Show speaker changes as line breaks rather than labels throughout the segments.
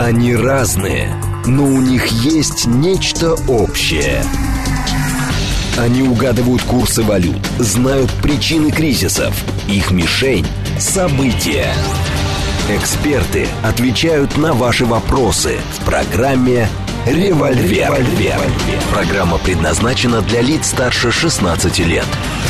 Они разные, но у них есть нечто общее. Они угадывают курсы валют, знают причины кризисов. Их мишень – события. Эксперты отвечают на ваши вопросы в программе «Револьвер». Программа предназначена для лиц старше 16 лет.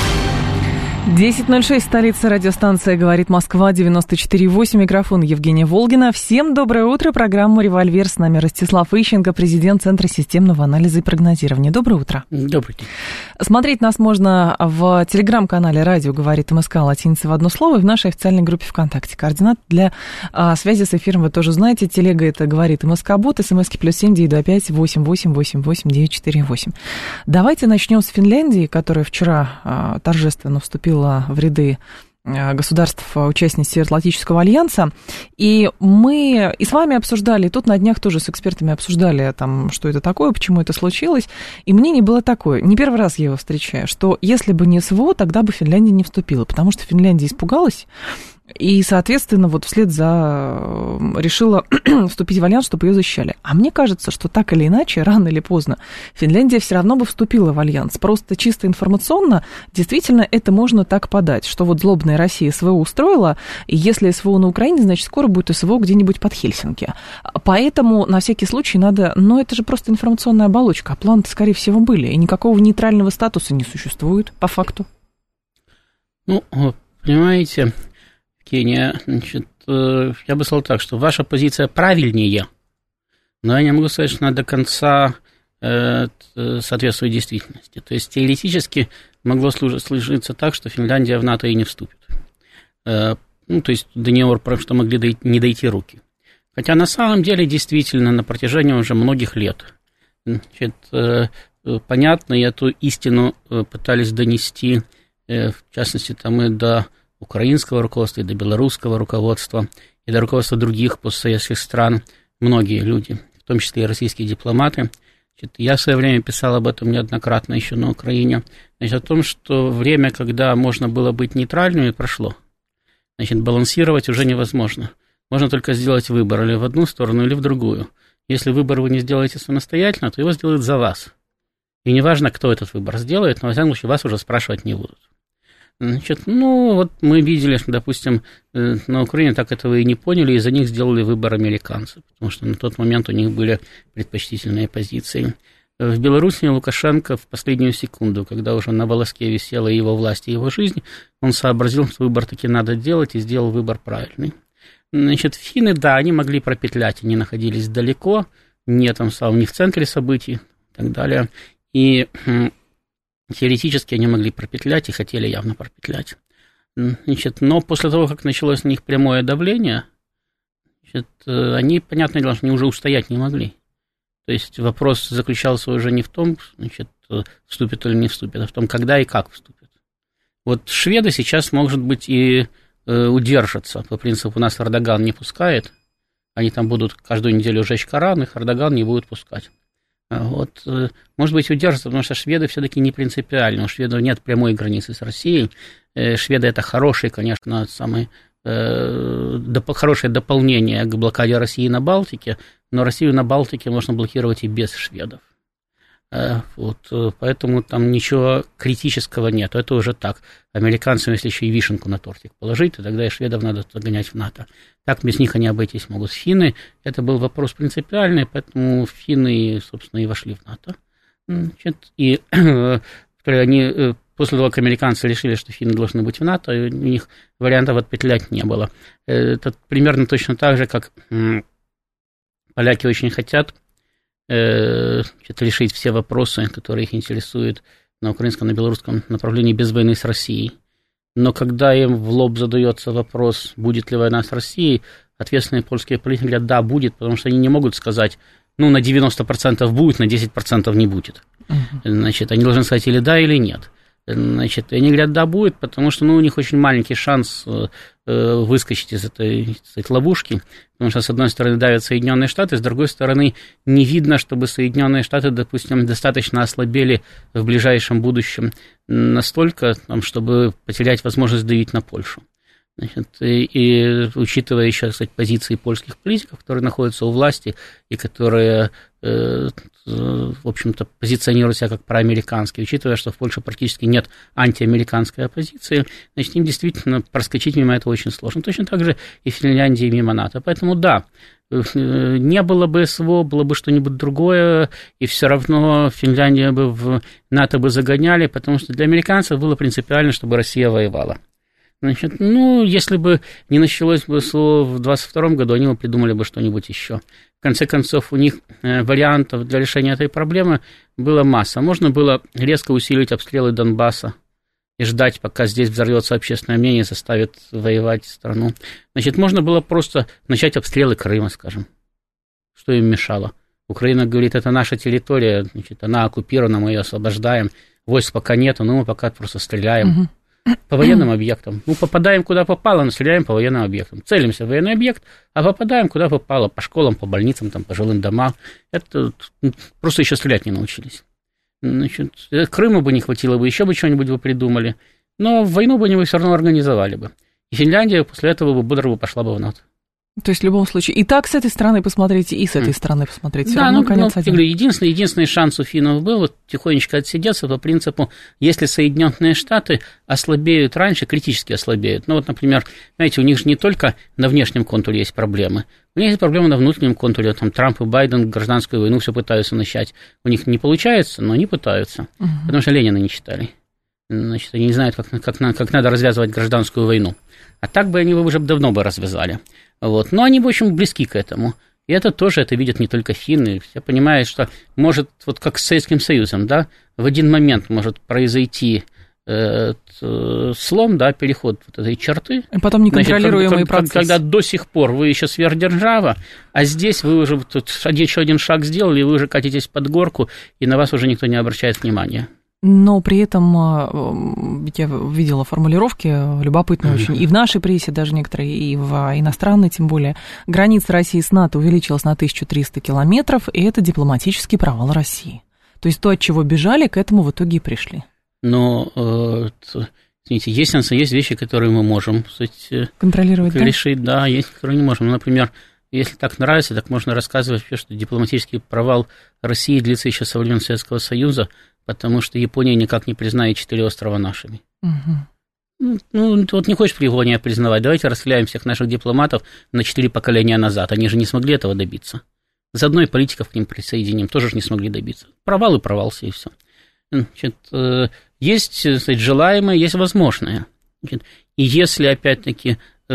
10:06, столица, радиостанция «Говорит Москва», 94,8, микрофон Евгения Волгина. Всем доброе утро, программа «Револьвер». С нами Ростислав Ищенко, президент Центра системного анализа и прогнозирования. Доброе утро.
Добрый день.
Смотреть нас можно в телеграм-канале «Радио говорит МСК» латиница в одно слово и в нашей официальной группе ВКонтакте. Координаты для связи с эфиром вы тоже знаете. Телега это «Говорит МСК-бот», смски +7 925 8888 948. Давайте начнем с Финляндии, которая вчера торжественно вступила в ряды государств-участниц Североатлантического альянса, и мы и с вами обсуждали, и тут на днях тоже с экспертами обсуждали, там, что это такое, почему это случилось, и мнение было такое, не первый раз я его встречаю, что если бы не СВО, тогда бы Финляндия не вступила, потому что Финляндия испугалась, и, соответственно, вот вслед за решила вступить в альянс, чтобы ее защищали. А мне кажется, что так или иначе, рано или поздно, Финляндия все равно бы вступила в альянс. Просто чисто информационно действительно это можно так подать, что вот злобная Россия СВО устроила, и если СВО на Украине, значит, скоро будет СВО где-нибудь под Хельсинки. Поэтому на всякий случай надо... Но это же просто информационная оболочка, а планы-то, скорее всего, были, и никакого нейтрального статуса не существует, по факту.
Ну, понимаете... Кения, значит, я бы сказал так, что ваша позиция правильнее, но я не могу сказать, что она до конца соответствует действительности. То есть теоретически могло сложиться так, что Финляндия в НАТО и не вступит. Ну, то есть до нее просто могли не дойти руки. Хотя на самом деле действительно на протяжении уже многих лет, значит, понятно, и эту истину пытались донести, в частности, там и до украинского руководства, и до белорусского руководства, и до руководства других постсоветских стран, многие люди, в том числе и российские дипломаты. Значит, я в свое время писал об этом неоднократно еще на Украине, значит, о том, что время, когда можно было быть нейтральным, прошло. Значит, балансировать уже невозможно. Можно только сделать выбор или в одну сторону, или в другую. Если выбор вы не сделаете самостоятельно, то его сделают за вас. И неважно, кто этот выбор сделает, но, во всяком случае, вас уже спрашивать не будут. Значит, ну, вот мы видели, что, допустим, на Украине так этого и не поняли, и за них сделали выбор американцы, потому что на тот момент у них были предпочтительные позиции. В Беларуси Лукашенко в последнюю секунду, когда уже на волоске висела его власть и его жизнь, он сообразил, что выбор таки надо делать, и сделал выбор правильный. Значит, финны, да, они могли пропетлять, они находились далеко, не там самом, не в центре событий и так далее, и... Теоретически они могли пропетлять и хотели явно пропетлять. Значит, но после того, как началось на них прямое давление, значит, они, понятное дело, что они уже устоять не могли. То есть вопрос заключался уже не в том, значит, вступит или не вступит, а в том, когда и как вступит. Вот шведы сейчас, может быть, и удержатся. По принципу, нас Эрдоган не пускает. Они там будут каждую неделю жечь Коран, их Эрдоган не будет пускать. Вот, может быть, удержатся, потому что шведы все-таки не принципиальны. У шведов нет прямой границы с Россией. Шведы – это хорошие, конечно, хорошее дополнение к блокаде России на Балтике, но Россию на Балтике можно блокировать и без шведов. Вот, поэтому там ничего критического нет. Это уже так. Американцам, если еще и вишенку на тортик положить, то тогда и шведов надо загонять в НАТО. Так без них они обойтись могут. Финны, это был вопрос принципиальный, поэтому финны, собственно, и вошли в НАТО. Значит, и они, после того, как американцы решили, что финны должны быть в НАТО, у них вариантов отпетлять не было. Это примерно точно так же, как поляки очень хотят решить все вопросы, которые их интересуют на украинском, на белорусском направлении без войны с Россией. Но когда им в лоб задается вопрос, будет ли война с Россией, ответственные польские политики говорят, да, будет, потому что они не могут сказать, ну, на 90% будет, на 10% не будет. Значит, они должны сказать или да, или нет. Значит, они говорят, да, будет, потому что, ну, у них очень маленький шанс выскочить из этой ловушки, потому что, с одной стороны, давят Соединенные Штаты, с другой стороны, не видно, чтобы Соединенные Штаты, допустим, достаточно ослабели в ближайшем будущем настолько, чтобы потерять возможность давить на Польшу. Значит, и учитывая еще, кстати, позиции польских политиков, которые находятся у власти и которые, в общем-то, позиционируют себя как проамериканские, учитывая, что в Польше практически нет антиамериканской оппозиции, значит, им действительно проскочить мимо этого очень сложно. Точно так же и Финляндии мимо НАТО. Поэтому да, не было бы СВО, было бы что-нибудь другое, и все равно Финляндию бы в НАТО бы загоняли, потому что для американцев было принципиально, чтобы Россия воевала. Значит, если бы не началось бы СВО в 2022 году, они бы придумали бы что-нибудь еще. В конце концов, у них вариантов для решения этой проблемы была масса. Можно было резко усилить обстрелы Донбасса и ждать, пока здесь взорвется общественное мнение и заставит воевать страну. Значит, можно было просто начать обстрелы Крыма, скажем. Что им мешало? Украина говорит, это наша территория, значит, она оккупирована, мы ее освобождаем. Войск пока нету, мы пока просто стреляем. По военным объектам. Попадаем куда попало, но стреляем по военным объектам. Целимся в военный объект, а попадаем куда попало. По школам, по больницам, там, по жилым домам. Это просто еще стрелять не научились. Значит, Крыма бы не хватило бы, еще бы что-нибудь бы придумали. Но войну бы они все равно организовали бы. И Финляндия после этого бы бодро пошла бы в НАТО.
То есть в любом случае, и так с этой стороны посмотрите, и с этой стороны посмотрите.
Да,
конец один.
Единственный шанс у финнов был вот тихонечко отсидеться по принципу, если Соединенные Штаты ослабеют раньше, критически ослабеют. Ну вот, например, знаете, у них же не только на внешнем контуре есть проблемы, у них есть проблемы на внутреннем контуре. Там Трамп и Байден гражданскую войну все пытаются начать. У них не получается, но они пытаются, потому что Ленина не читали. Значит, они не знают, как надо развязывать гражданскую войну. А так бы они уже давно бы развязали. Вот. Но они, в общем, близки к этому. И это тоже видят не только финны. Все понимают, что может, вот как с Советским Союзом, да, в один момент может произойти слом, да, переход вот этой черты.
И потом неконтролируемый процесс.
Когда до сих пор вы еще сверхдержава, а здесь вы уже тут еще один шаг сделали, вы уже катитесь под горку, и на вас уже никто не обращает внимания.
Но при этом я видела формулировки любопытные очень, и в нашей прессе даже некоторые, и в иностранной тем более. Граница России с НАТО увеличилась на 1300 километров, и это дипломатический провал России. То есть то, от чего бежали, к этому в итоге и пришли. Но,
извините, есть вещи, которые мы можем, кстати,
контролировать,
решить, да, есть, которые не можем. Например, если так нравится, так можно рассказывать, что дипломатический провал России длится еще со времен Советского Союза, потому что Япония никак не признает 4 острова нашими. Вот не хочешь Японию признавать, давайте расстреляем всех наших дипломатов на 4 поколения назад. Они же не смогли этого добиться. Заодно и политиков к ним присоединим, тоже же не смогли добиться. Провал и провался, и все. Значит, есть, кстати, желаемое, есть возможное. Значит, и если, опять-таки,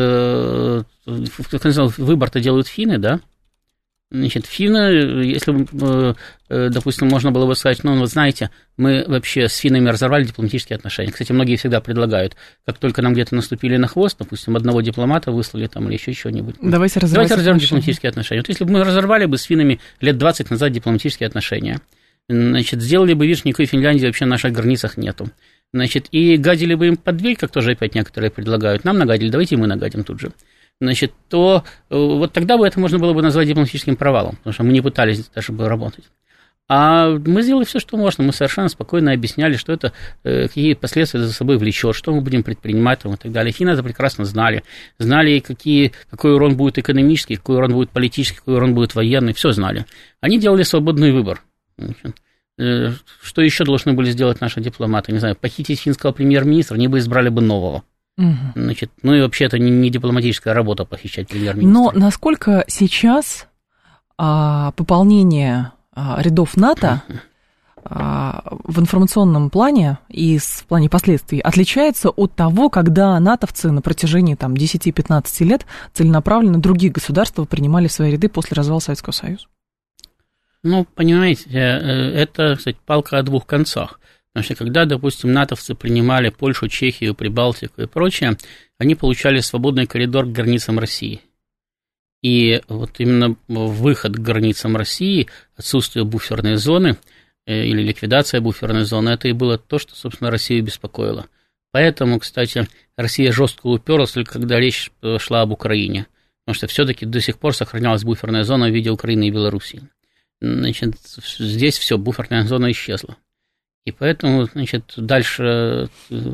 выбор-то делают финны, да? Значит, финны, если, допустим, можно было бы сказать, вы знаете, мы вообще с финнами разорвали дипломатические отношения. Кстати, многие всегда предлагают, как только нам где-то наступили на хвост, допустим, одного дипломата выслали там или еще что-нибудь.
Давайте разорвем
дипломатические отношения. Вот если бы мы разорвали бы с финнами лет 20 назад дипломатические отношения, значит, сделали бы вид, что никакой Финляндии вообще на наших границах нету. Значит, и гадили бы им под дверь, как тоже опять некоторые предлагают. Нам нагадили, давайте и мы нагадим тут же. Значит, то вот тогда бы это можно было бы назвать дипломатическим провалом, потому что мы не пытались даже бы работать. А мы сделали все, что можно. Мы совершенно спокойно объясняли, что это, какие последствия за собой влечет, что мы будем предпринимать там, и так далее. Финны это прекрасно знали. Знали, какой урон будет экономический, какой урон будет политический, какой урон будет военный. Все знали. Они делали свободный выбор. Что еще должны были сделать наши дипломаты? Не знаю, похитить финского премьер-министра, они бы избрали бы нового. Значит, и вообще это не дипломатическая работа похищать премьер-министра.
Но насколько сейчас пополнение рядов НАТО в информационном плане и в плане последствий отличается от того, когда натовцы на протяжении 10-15 лет целенаправленно другие государства принимали в свои ряды после развала Советского Союза?
Понимаете, это, кстати, палка о двух концах. Потому что когда, допустим, натовцы принимали Польшу, Чехию, Прибалтику и прочее, они получали свободный коридор к границам России. И вот именно выход к границам России, отсутствие буферной зоны или ликвидация буферной зоны, это и было то, что, собственно, Россию беспокоило. Поэтому, кстати, Россия жестко уперлась только когда речь шла об Украине. Потому что все-таки до сих пор сохранялась буферная зона в виде Украины и Белоруссии. Значит, здесь все, буферная зона исчезла. И поэтому, значит, дальше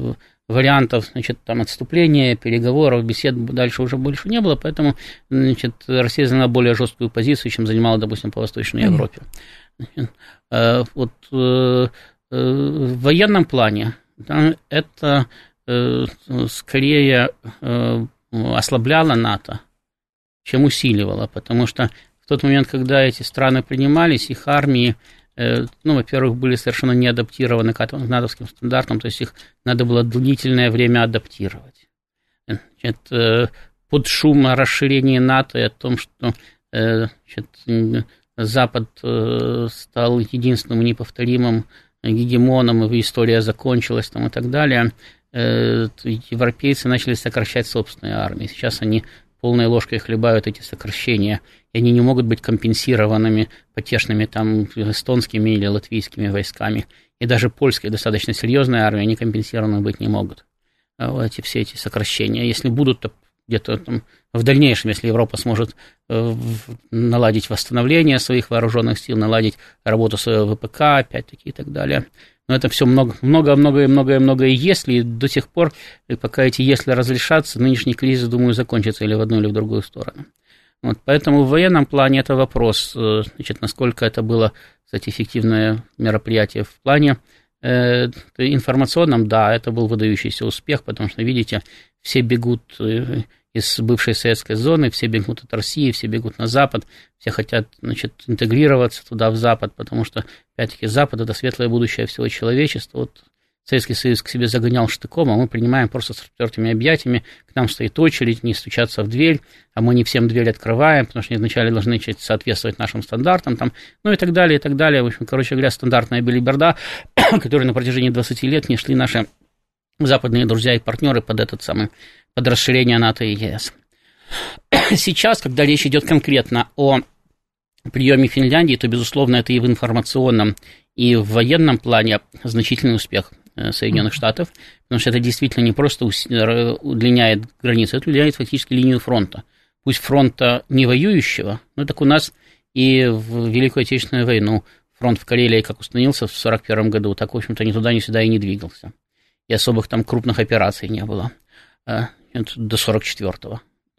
вариантов, значит, там отступления, переговоров, бесед дальше уже больше не было, поэтому, значит, Россия заняла более жесткую позицию, чем занимала, допустим, по Восточной Европе. Вот в военном плане, да, это скорее ослабляло НАТО, чем усиливало, потому что в тот момент, когда эти страны принимались, их армии, ну, во-первых, были совершенно не адаптированы к натовским стандартам, то есть их надо было длительное время адаптировать. Значит, под шум о расширении НАТО и о том, что значит, Запад стал единственным неповторимым гегемоном, и история закончилась там, и так далее, европейцы начали сокращать собственные армии. Сейчас они полной ложкой хлебают эти сокращения, и они не могут быть компенсированными потешными там эстонскими или латвийскими войсками. И даже польские достаточно серьезные армии, они компенсированы быть не могут. Все эти сокращения. Если будут, то где-то там в дальнейшем, если Европа сможет наладить восстановление своих вооруженных сил, наладить работу своего ВПК, опять-таки, и так далее. Но это все многое если, и до сих пор, пока эти если разрешатся, нынешний кризис, думаю, закончится или в одну, или в другую сторону. Вот, поэтому в военном плане это вопрос, значит, насколько это было, кстати, эффективное мероприятие в плане информационном, да, это был выдающийся успех, потому что, видите, все бегут из бывшей советской зоны, все бегут от России, все бегут на Запад, все хотят, значит, интегрироваться туда, в Запад, потому что, опять-таки, Запад – это светлое будущее всего человечества. Вот Советский Союз к себе загонял штыком, а мы принимаем просто с распростертыми объятиями, к нам стоит очередь, не стучаться в дверь, а мы не всем дверь открываем, потому что они вначале должны соответствовать нашим стандартам, там, ну и так далее, и так далее. В общем, короче говоря, стандартная белиберда, которой на протяжении 20 лет не шли наши западные друзья и партнеры под расширение НАТО и ЕС. Сейчас, когда речь идет конкретно о приеме Финляндии, то, безусловно, это и в информационном, и в военном плане значительный успех Соединенных Штатов, потому что это действительно не просто удлиняет границы, это удлиняет фактически линию фронта. Пусть фронта не воюющего, но так у нас и в Великую Отечественную войну фронт в Карелии как установился в 1941 году, так, в общем-то, ни туда, ни сюда и не двигался. И особых там крупных операций не было до 1944-го.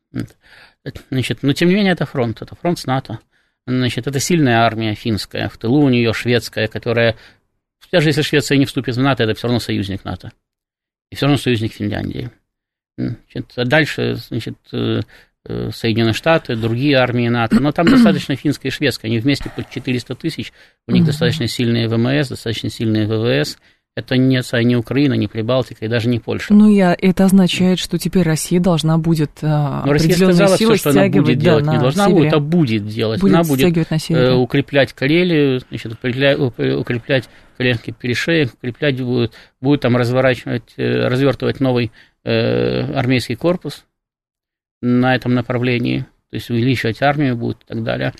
Значит, но, тем не менее, это фронт с НАТО. Значит, это сильная армия финская, в тылу у нее шведская, которая, даже если Швеция не вступит в НАТО, это все равно союзник НАТО. И все равно союзник Финляндии. Значит, а дальше, значит, Соединенные Штаты, другие армии НАТО, но там достаточно финская и шведская, они вместе под 400 тысяч, у них достаточно сильные ВМС, достаточно сильные ВВС. Это не Украина, не Прибалтика и даже не Польша.
Ну, это означает, что теперь Россия должна будет определенные силы
что она будет делать, не должна
севере.
будет, а будет делать. Она будет укреплять Карелию, значит, укреплять Карельский перешеек, будет там развертывать новый армейский корпус на этом направлении, то есть увеличивать армию будет и так далее.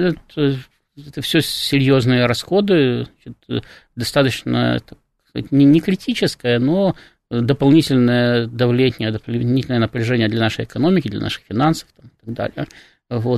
Это все серьезные расходы, значит, достаточно не критическое, но дополнительное давление, дополнительное напряжение для нашей экономики, для наших финансов там, и так далее. Вот.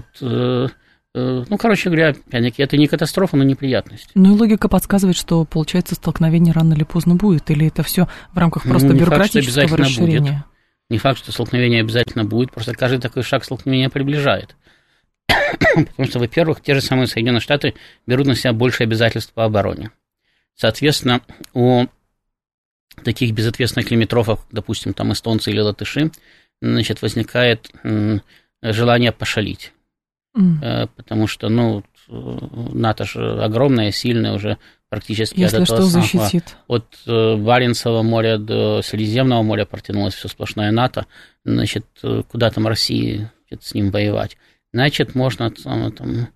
Ну, короче говоря, опять-таки, это не катастрофа, но неприятность.
Ну и логика подсказывает, что, получается, столкновение рано или поздно будет, или это все в рамках просто бюрократического расширения?
Будет. Не факт, что столкновение обязательно будет, просто каждый такой шаг столкновения приближает. Потому что, во-первых, те же самые Соединенные Штаты берут на себя больше обязательств по обороне. Соответственно, у таких безответственных лимитрофов, допустим, там эстонцы или латыши, значит, возникает желание пошалить. Потому что, ну, НАТО же огромное, сильное уже практически от Баренцева моря до Средиземного моря протянулось все сплошное НАТО. Значит, куда там России с ним воевать? Значит, можно там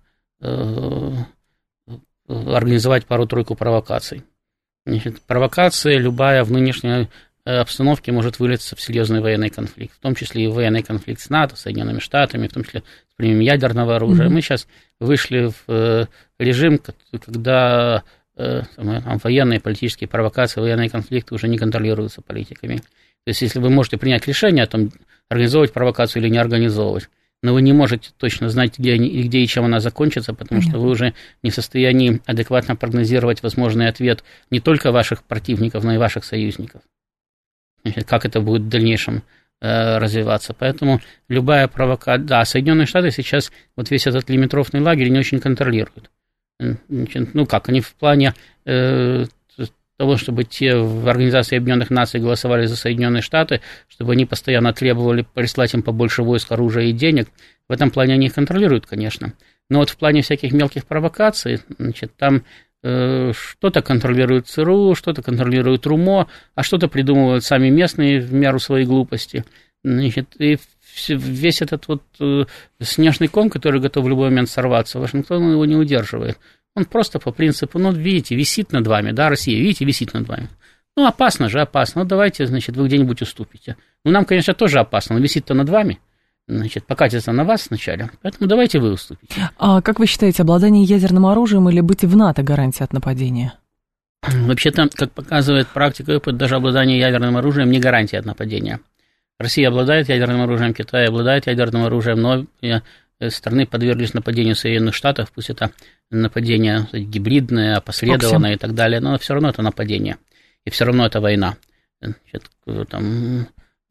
организовать пару-тройку провокаций. Значит, провокация любая в нынешней обстановке может вылиться в серьезный военный конфликт, в том числе и военный конфликт с НАТО, с Соединенными Штатами, в том числе с применением ядерного оружия. Мы сейчас вышли в режим, когда военные политические провокации, военные конфликты уже не контролируются политиками. То есть, если вы можете принять решение о том, организовывать провокацию или не организовывать, но вы не можете точно знать, где и чем она закончится, потому что вы уже не в состоянии адекватно прогнозировать возможный ответ не только ваших противников, но и ваших союзников. как это будет в дальнейшем развиваться. Поэтому любая провокация... Да, Соединенные Штаты сейчас вот весь этот лимитрофный лагерь не очень контролируют. Ну как, они в плане того, чтобы те в Организации Объединенных Наций голосовали за Соединенные Штаты, чтобы они постоянно требовали прислать им побольше войск, оружия и денег, в этом плане они их контролируют, конечно. Но вот в плане всяких мелких провокаций, значит, там что-то контролирует ЦРУ, что-то контролирует РУМО, а что-то придумывают сами местные в меру своей глупости. Значит, и весь этот вот снежный ком, который готов в любой момент сорваться, Вашингтон его не удерживает. Он просто по принципу, ну, видите, висит над вами, да, Россия, видите, висит над вами. Ну, опасно же, опасно. Ну, давайте, значит, вы где-нибудь уступите. Ну, нам, конечно, тоже опасно, но висит-то над вами. Значит, покатится на вас вначале, поэтому давайте вы уступите.
А как вы считаете, обладание ядерным оружием или быть в НАТО гарантия от нападения?
Вообще-то, как показывает практика и опыт, даже обладание ядерным оружием не гарантия от нападения. Россия обладает ядерным оружием, Китай обладает ядерным оружием, но страны подверглись нападению Соединенных Штатов, пусть это нападение гибридное, опосредованное и так далее, но все равно это нападение, и все равно это война. Значит, там...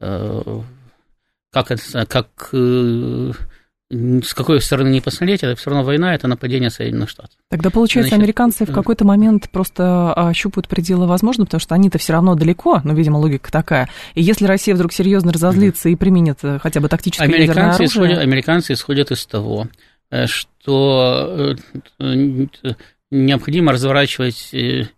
с какой стороны не посмотреть, это все равно война, это нападение Соединенных Штатов.
Тогда, получается, значит, американцы в какой-то момент просто ощупают пределы возможного, потому что они-то все равно далеко, но, видимо, логика такая. И если Россия вдруг серьезно разозлится и применит хотя бы тактическое ядерное оружие...
Американцы исходят из того, что необходимо разворачивать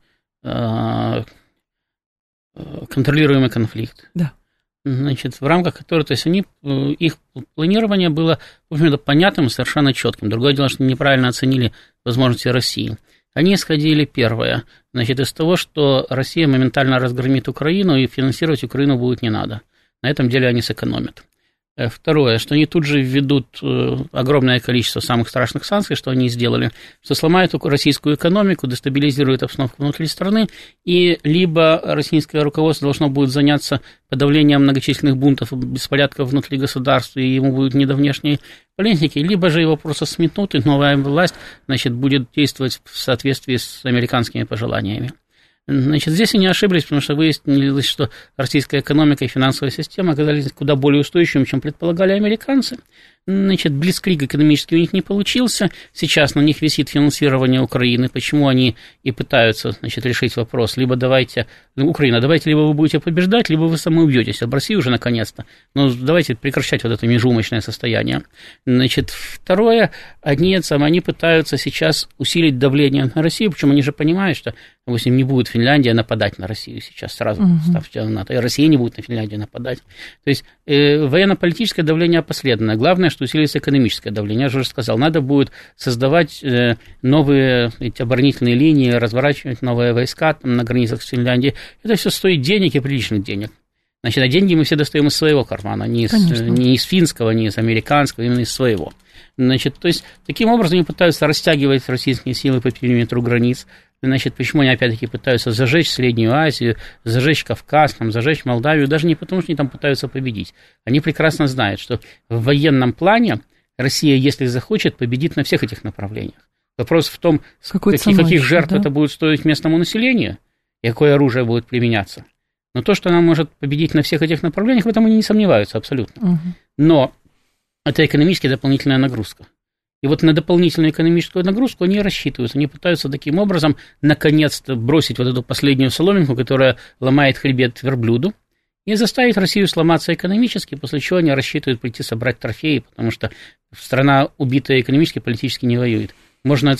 контролируемый конфликт.
Да.
Значит, в рамках которой, то есть их планирование было, в общем-то, понятным и совершенно четким. Другое дело, что неправильно оценили возможности России. Они исходили, первое, значит, из того, что Россия моментально разгромит Украину, и финансировать Украину будет не надо. На этом деле они сэкономят. Второе, что они тут же введут огромное количество самых страшных санкций, что они сделали, что сломают российскую экономику, дестабилизируют обстановку внутри страны, и либо российское руководство должно будет заняться подавлением многочисленных бунтов и беспорядков внутри государства, и ему будет не до внешней политики, либо же его просто сметнут, и новая власть, значит, будет действовать в соответствии с американскими пожеланиями. Значит, здесь они ошиблись, потому что выяснилось, что российская экономика и финансовая система оказались куда более устойчивыми, чем предполагали американцы. Значит, блицкриг экономически у них не получился. Сейчас на них висит финансирование Украины. Почему они и пытаются, значит, решить вопрос? Либо давайте, Украина, давайте, либо вы будете побеждать, либо вы самоубьетесь. Об России уже наконец-то. Но давайте прекращать вот это межумочное состояние. Значит, второе, они пытаются сейчас усилить давление на Россию, причем они же понимают, что, допустим, не будет Финляндия нападать на Россию сейчас сразу, ставьте на НАТО, и Россия не будет на Финляндию нападать. То есть военно-политическое давление опосредованное. Главное, что усилится экономическое давление. Я же уже сказал, надо будет создавать новые эти оборонительные линии, разворачивать новые войска там, на границах с Финляндией. Это все стоит денег и приличных денег. Значит, а деньги мы все достаем из своего кармана, не из финского, не из американского, именно из своего. Значит, то есть, таким образом они пытаются растягивать российские силы по периметру границ. Значит, почему они опять-таки пытаются зажечь Среднюю Азию, зажечь Кавказ, там, зажечь Молдавию, даже не потому, что они там пытаются победить. Они прекрасно знают, что в военном плане Россия, если захочет, победит на всех этих направлениях. Вопрос в том, каких жертв это будет стоить местному населению, и какое оружие будет применяться. Но то, что она может победить на всех этих направлениях, в этом они не сомневаются абсолютно. Но это экономически дополнительная нагрузка. И вот на дополнительную экономическую нагрузку они рассчитывают. Они пытаются таким образом наконец-то бросить вот эту последнюю соломинку, которая ломает хребет верблюду, и заставить Россию сломаться экономически, после чего они рассчитывают прийти собрать трофеи, потому что страна, убитая экономически, политически не воюет. Можно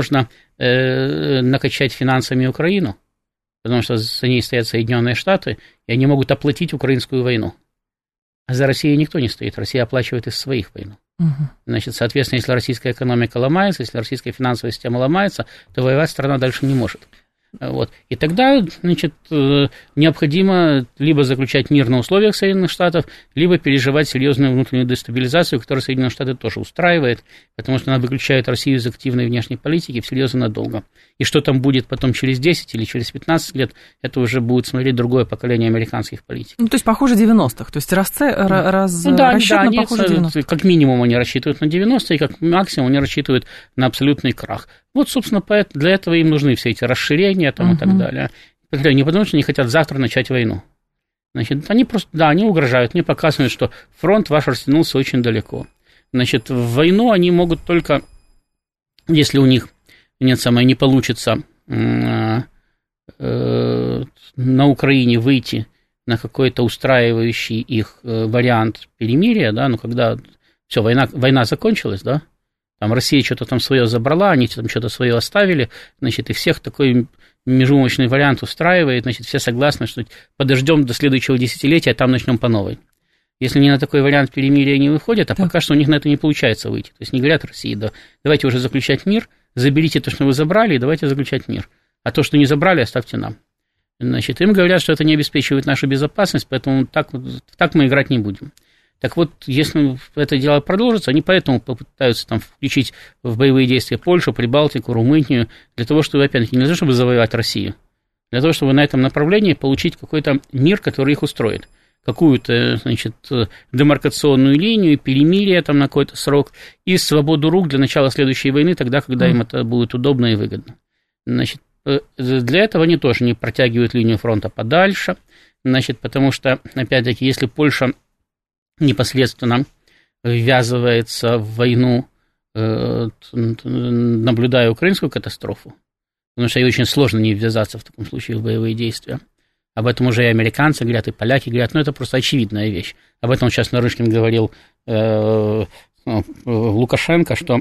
накачать финансами Украину, потому что за ней стоят Соединенные Штаты, и они могут оплатить украинскую войну. А за Россией никто не стоит. Россия оплачивает из своих войну. Значит, соответственно, если российская экономика ломается, если российская финансовая система ломается, то воевать страна дальше не может. Вот. И тогда, значит, необходимо либо заключать мир на условиях Соединенных Штатов, либо переживать серьезную внутреннюю дестабилизацию, которую Соединенные Штаты тоже устраивает, потому что она выключает Россию из активной внешней политики всерьез и надолго. И что там будет потом через 10 или через 15 лет, это уже будет смотреть другое поколение американских политиков.
Ну, то есть, похоже, 90-х. То есть, расчет на похоже 90-х.
Как минимум они рассчитывают на 90-е, как максимум они рассчитывают на абсолютный крах. Вот, собственно, для этого им нужны все эти расширения там, и так далее. Не потому, что они хотят завтра начать войну. Значит, они просто, да, они угрожают, они показывают, что фронт ваш растянулся очень далеко. Значит, в войну они могут только, если у них не получится на Украине выйти на какой-то устраивающий их вариант перемирия, да, ну, когда все, война закончилась, да, там Россия что-то там свое забрала, они там что-то свое оставили, значит, и всех такой межумочный вариант устраивает, значит, все согласны, что подождем до следующего десятилетия, а там начнем по новой. Если они на такой вариант перемирия не выходят, а пока что у них на это не получается выйти, то есть не говорят России, да, давайте уже заключать мир, заберите то, что вы забрали, и давайте заключать мир, а то, что не забрали, оставьте нам. Значит, им говорят, что это не обеспечивает нашу безопасность, поэтому так мы играть не будем. Так вот, если это дело продолжится, они поэтому попытаются там включить в боевые действия Польшу, Прибалтику, Румынию, для того, чтобы, опять-таки, не для того, чтобы завоевать Россию, для того, чтобы на этом направлении получить какой-то мир, который их устроит, какую-то, значит, демаркационную линию, перемирие там на какой-то срок и свободу рук для начала следующей войны, тогда, когда им это будет удобно и выгодно. Значит, для этого они тоже не протягивают линию фронта подальше, значит, потому что, опять-таки, если Польша непосредственно ввязывается в войну, наблюдая украинскую катастрофу, потому что ей очень сложно не ввязаться в таком случае в боевые действия. Об этом уже и американцы говорят, и поляки говорят, но это просто очевидная вещь. Об этом сейчас Нарышкин говорил Лукашенко, что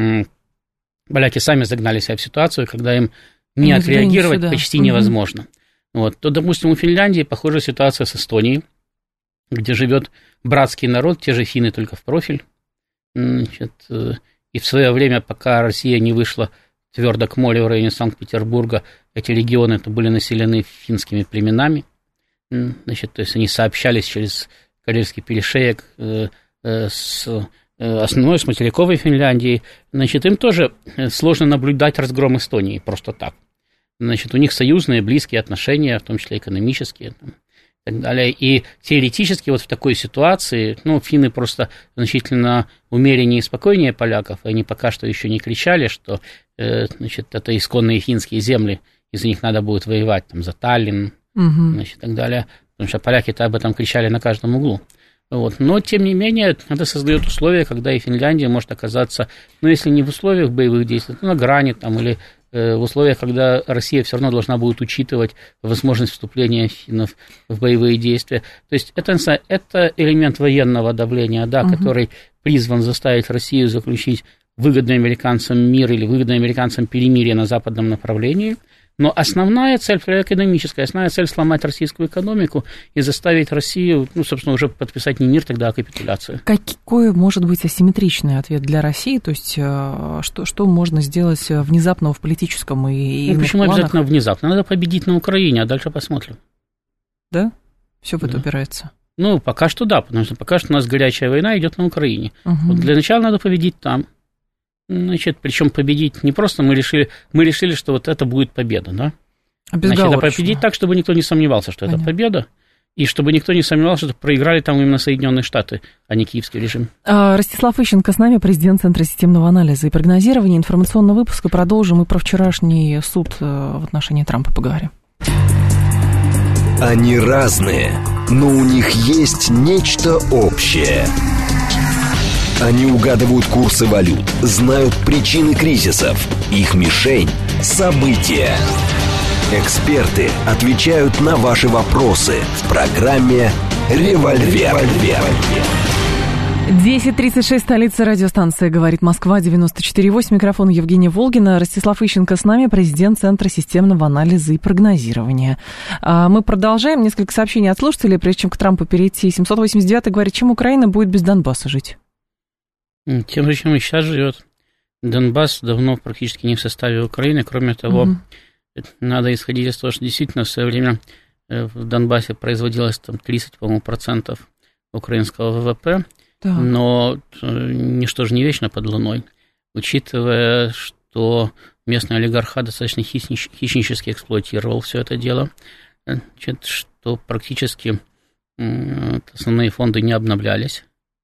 поляки сами загнали себя в ситуацию, когда им не отреагировать почти невозможно. Вот. То, допустим, у Финляндии похожая ситуация с Эстонией, где живет братский народ, те же финны, только в профиль. Значит, и в свое время, пока Россия не вышла твердо к морю в районе Санкт-Петербурга, эти регионы были населены финскими племенами. Значит, то есть они сообщались через Карельский перешеек с основной, с материковой Финляндией. Значит, им тоже сложно наблюдать разгром Эстонии просто так. Значит, у них союзные, близкие отношения, в том числе экономические, там, и так далее. И теоретически вот в такой ситуации, ну, финны просто значительно умереннее и спокойнее поляков, и они пока что еще не кричали, что, значит, это исконные финские земли, из-за них надо будет воевать там, за Таллин, значит, и так далее, потому что поляки-то об этом кричали на каждом углу. Вот. Но, тем не менее, это создает условия, когда и Финляндия может оказаться, ну, если не в условиях боевых действий, то на грани, там, или в условиях, когда Россия все равно должна будет учитывать возможность вступления финнов в боевые действия. То есть это элемент военного давления, да, который призван заставить Россию заключить выгодный американцам мир или выгодное американцам перемирие на западном направлении. Но основная цель экономическая, основная цель сломать российскую экономику и заставить Россию, ну, собственно, уже подписать не мир тогда, а капитуляцию.
Какой может быть асимметричный ответ для России? То есть что можно сделать внезапного в политическом и
ну, почему
планах?
Обязательно внезапно? Надо победить на Украине, а дальше посмотрим.
Да? Все в это упирается?
Ну, пока что да, потому что пока что у нас горячая война идет на Украине. Вот для начала надо победить там. Значит, причем победить не просто мы решили, что вот это будет победа, да? Значит, а победить так, чтобы никто не сомневался, что это победа, и чтобы никто не сомневался, что проиграли там именно Соединенные Штаты, а не киевский режим.
Ростислав Ищенко с нами, президент Центра системного анализа и прогнозирования. Информационный выпуск, и продолжим, и про вчерашний суд в отношении Трампа поговорим.
Они разные, но у них есть нечто общее. Они угадывают курсы валют, знают причины кризисов. Их мишень – события. Эксперты отвечают на ваши вопросы в программе «Револьвер».
10:36, столица, радиостанция «Говорит Москва», 94,8, микрофон Евгения Волгина. Ростислав Ищенко с нами, президент Центра системного анализа и прогнозирования. Мы продолжаем. Несколько сообщений от слушателей, прежде чем к Трампу перейти. 789 говорит, чем Украина будет без Донбасса жить?
Тем же, чем и сейчас живет. Донбасс давно практически не в составе Украины. Кроме того, надо исходить из того, что действительно в свое время в Донбассе производилось там 30%, украинского ВВП, но ничто же не вечно под луной. Учитывая, что местный олигархат достаточно хищнически эксплуатировал все это дело, значит, что практически основные фонды не обновлялись,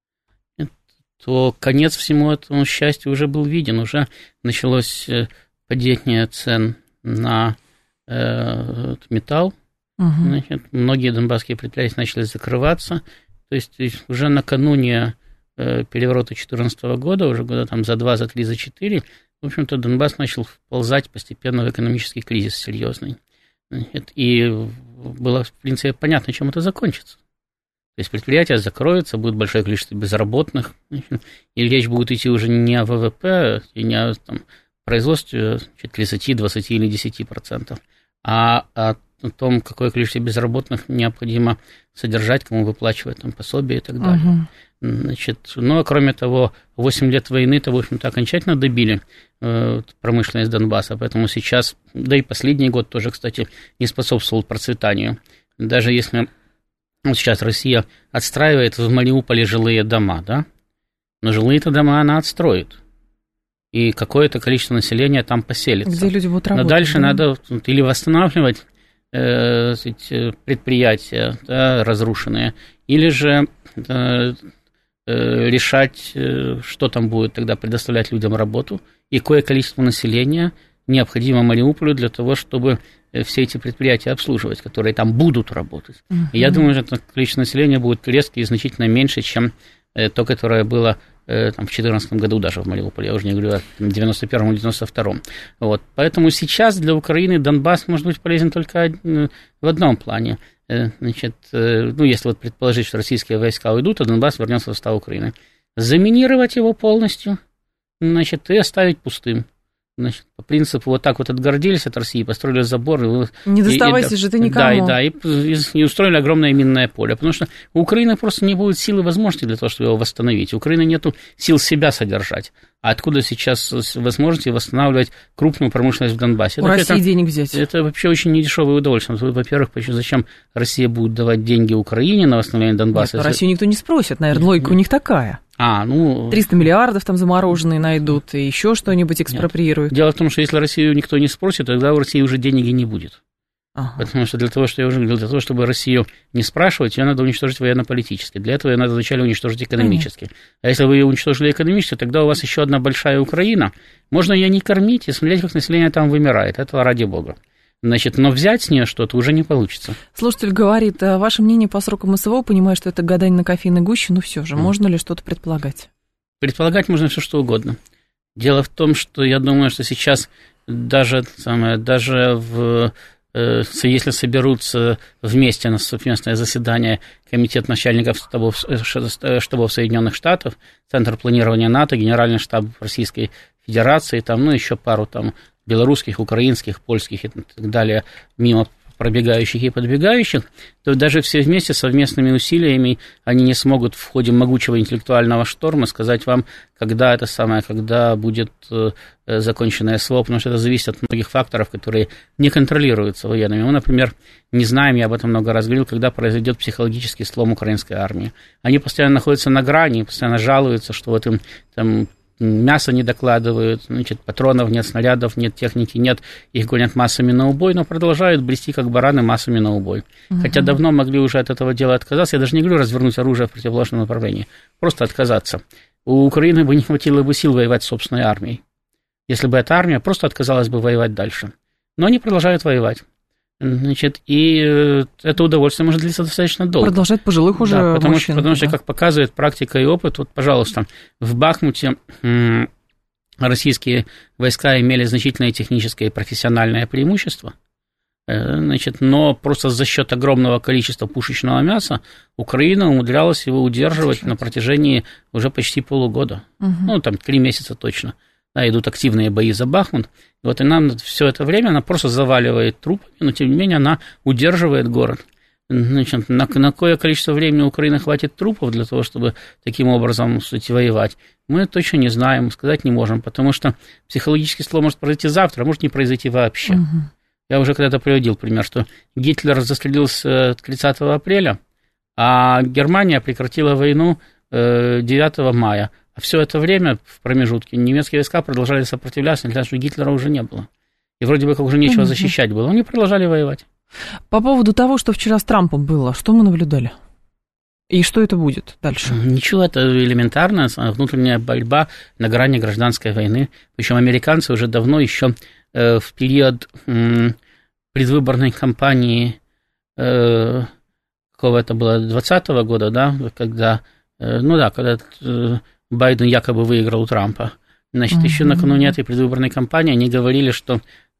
то конец всему этому счастью уже был виден. Уже началось падение цен на металл, Значит, многие донбасские предприятия начали закрываться. То есть уже накануне переворота 2014 года, уже года там за 2, за 3, за 4, в общем-то, Донбасс начал вползать постепенно в экономический кризис серьезный. И было, в принципе, понятно, чем это закончится. То есть предприятия закроются, будет большое количество безработных, и речь будет идти уже не о ВВП, и не о производстве 30, 20 или 10%, а о том, какое количество безработных необходимо содержать, кому выплачивать там пособие и так далее. Значит, ну, а кроме того, 8 лет войны-то, в общем-то, окончательно добили промышленность Донбасса, поэтому сейчас, да и последний год тоже, кстати, не способствовал процветанию. Даже если вот сейчас Россия отстраивает в Мариуполе жилые дома, да, но жилые-то дома она отстроит, и какое-то количество населения там поселится.
Где люди будут работать.
Но дальше надо или восстанавливать предприятия, да, разрушенные, или же решать, что там будет тогда предоставлять людям работу, и какое количество населения необходимо Мариуполю для того, чтобы все эти предприятия обслуживать, которые там будут работать. И я думаю, что это количество населения будет резко и значительно меньше, чем то, которое было там, в 2014 году даже в Мариуполе, я уже не говорю о 91-м или 92-м. Вот. Поэтому сейчас для Украины Донбасс может быть полезен только в одном плане. Значит, ну, если вот предположить, что российские войска уйдут, то Донбасс вернется в состав Украины. Заминировать его полностью, значит, и оставить пустым. Значит, по принципу, вот так вот отгородились от России, построили забор.
Не доставайся же ты никому.
Да, и устроили огромное минное поле, потому что у Украины просто не будет сил и возможностей для того, чтобы его восстановить. У Украины нет сил себя содержать. А откуда сейчас возможности восстанавливать крупную промышленность в Донбассе?
У России денег взять.
Это вообще очень недешевое удовольствие. Во-первых, зачем Россия будет давать деньги Украине на восстановление Донбасса?
Нет, Россию никто не спросит, наверное, логика у них такая. 300 миллиардов там замороженные найдут, и еще что-нибудь экспроприируют.
Нет. Дело в том, что если Россию никто не спросит, тогда у России уже денег и не будет. Потому что для того, чтобы Россию не спрашивать, ее надо уничтожить военно-политически. Для этого ее надо вначале уничтожить экономически. А если вы ее уничтожили экономически, тогда у вас еще одна большая Украина. Можно ее не кормить и смотреть, как население там вымирает. Это ради бога. Значит, но взять с нее что-то уже не получится.
Слушатель говорит, ваше мнение по срокам СВО, понимаю, что это гадание на кофейной гуще, но все же, можно ли что-то предполагать?
Предполагать можно все что угодно. Дело в том, что я думаю, что сейчас даже если соберутся вместе на совместное заседание Комитет начальников штабов Соединенных Штатов, Центр планирования НАТО, Генеральный штаб Российской Федерации, там, еще пару там белорусских, украинских, польских и так далее, мимо пробегающих и подбегающих, то даже все вместе совместными усилиями они не смогут в ходе могучего интеллектуального шторма сказать вам, когда будет закончено СВО, потому что это зависит от многих факторов, которые не контролируются военными. Мы, например, не знаем, я об этом много раз говорил, когда произойдет психологический слом украинской армии. Они постоянно находятся на грани, постоянно жалуются, что вот им там мясо не докладывают, значит, патронов нет, снарядов нет, техники нет, их гонят массами на убой, но продолжают брести как бараны массами на убой. Хотя давно могли уже от этого дела отказаться. Я даже не говорю развернуть оружие в противоположном направлении, просто отказаться. У Украины бы не хватило бы сил воевать с собственной армией, если бы эта армия просто отказалась бы воевать дальше. Но они продолжают воевать. Значит, и это удовольствие может длиться достаточно долго.
Продолжать пожилых уже мужчин.
Потому что, как показывает практика и опыт, вот, пожалуйста, в Бахмуте российские войска имели значительное техническое и профессиональное преимущество, значит, но просто за счет огромного количества пушечного мяса Украина умудрялась его удерживать на протяжении уже почти полугода, 3 месяца точно. Да, идут активные бои за Бахмут, и вот она все это время она просто заваливает трупами, но тем не менее она удерживает город. Значит, на какое количество времени Украины хватит трупов для того, чтобы таким образом, кстати, воевать, мы точно не знаем, сказать не можем, потому что психологический слом может произойти завтра, а может не произойти вообще. Я уже когда-то приводил пример, что Гитлер застрелился 30 апреля, а Германия прекратила войну 9 мая. А все это время в промежутке немецкие войска продолжали сопротивляться, несмотря на то, что Гитлера уже не было. И вроде бы как уже нечего защищать было. Они продолжали воевать.
По поводу того, что вчера с Трампом было, что мы наблюдали? И что это будет дальше?
Ничего, это элементарная внутренняя борьба на грани гражданской войны. Причем американцы уже давно, еще в период предвыборной кампании какого это было, 2020 года, да, когда, когда Байден якобы выиграл у Трампа. Значит, еще накануне этой предвыборной кампании они говорили, что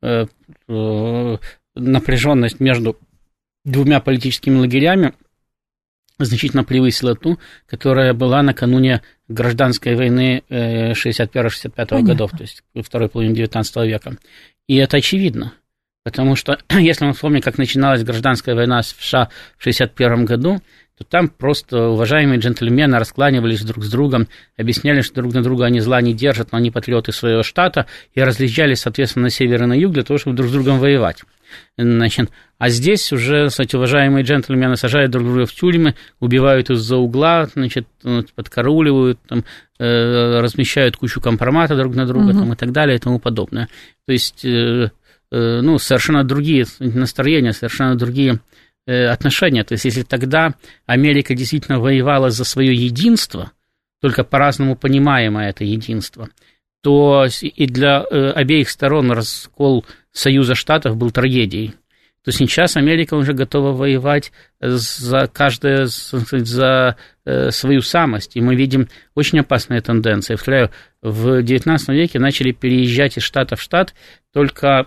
напряженность между двумя политическими лагерями значительно превысила ту, которая была накануне гражданской войны 61-65 годов, то есть второй половины 19 века. И это очевидно, потому что, если мы вспомним, как начиналась гражданская война в США в 61 году, то там просто уважаемые джентльмены раскланивались друг с другом, объясняли, что друг на друга они зла не держат, но они патриоты своего штата, и разъезжались, соответственно, на север и на юг для того, чтобы друг с другом воевать. Значит, а здесь уже, кстати, уважаемые джентльмены сажают друг друга в тюрьмы, убивают из-за угла, значит, подкарауливают, там, размещают кучу компромата друг на друга там, и так далее и тому подобное. То есть, совершенно другие настроения, совершенно другие отношения. То есть, если тогда Америка действительно воевала за свое единство, только по-разному понимаемое это единство, то и для обеих сторон раскол Союза Штатов был трагедией. То сейчас Америка уже готова воевать за каждое, за свою самость. И мы видим очень опасные тенденции. Повторяю, в XIX веке начали переезжать из штата в штат только